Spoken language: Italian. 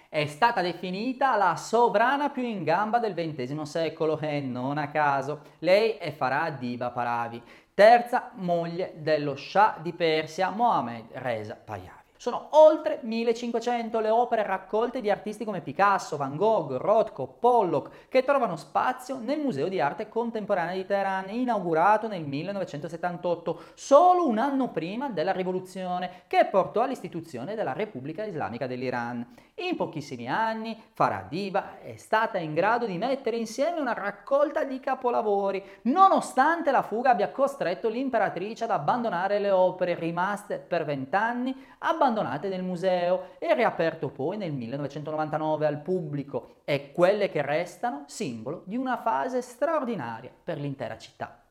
È stata definita la sovrana più in gamba del XX secolo e non a caso. Lei è Farah Diba Pahlavi, terza moglie dello Shah di Persia Mohammed Reza Pahlavi. Sono oltre 1500 le opere raccolte di artisti come Picasso, Van Gogh, Rothko, Pollock, che trovano spazio nel Museo di Arte Contemporanea di Teheran, inaugurato nel 1978, solo un anno prima della rivoluzione che portò all'istituzione della Repubblica Islamica dell'Iran. In pochissimi anni Farah Diba è stata in grado di mettere insieme una raccolta di capolavori, nonostante la fuga abbia costretto l'imperatrice ad abbandonare le opere rimaste per 20 anni abbandonate nel museo e riaperto poi nel 1999 al pubblico, e quelle che restano simbolo di una fase straordinaria per l'intera città.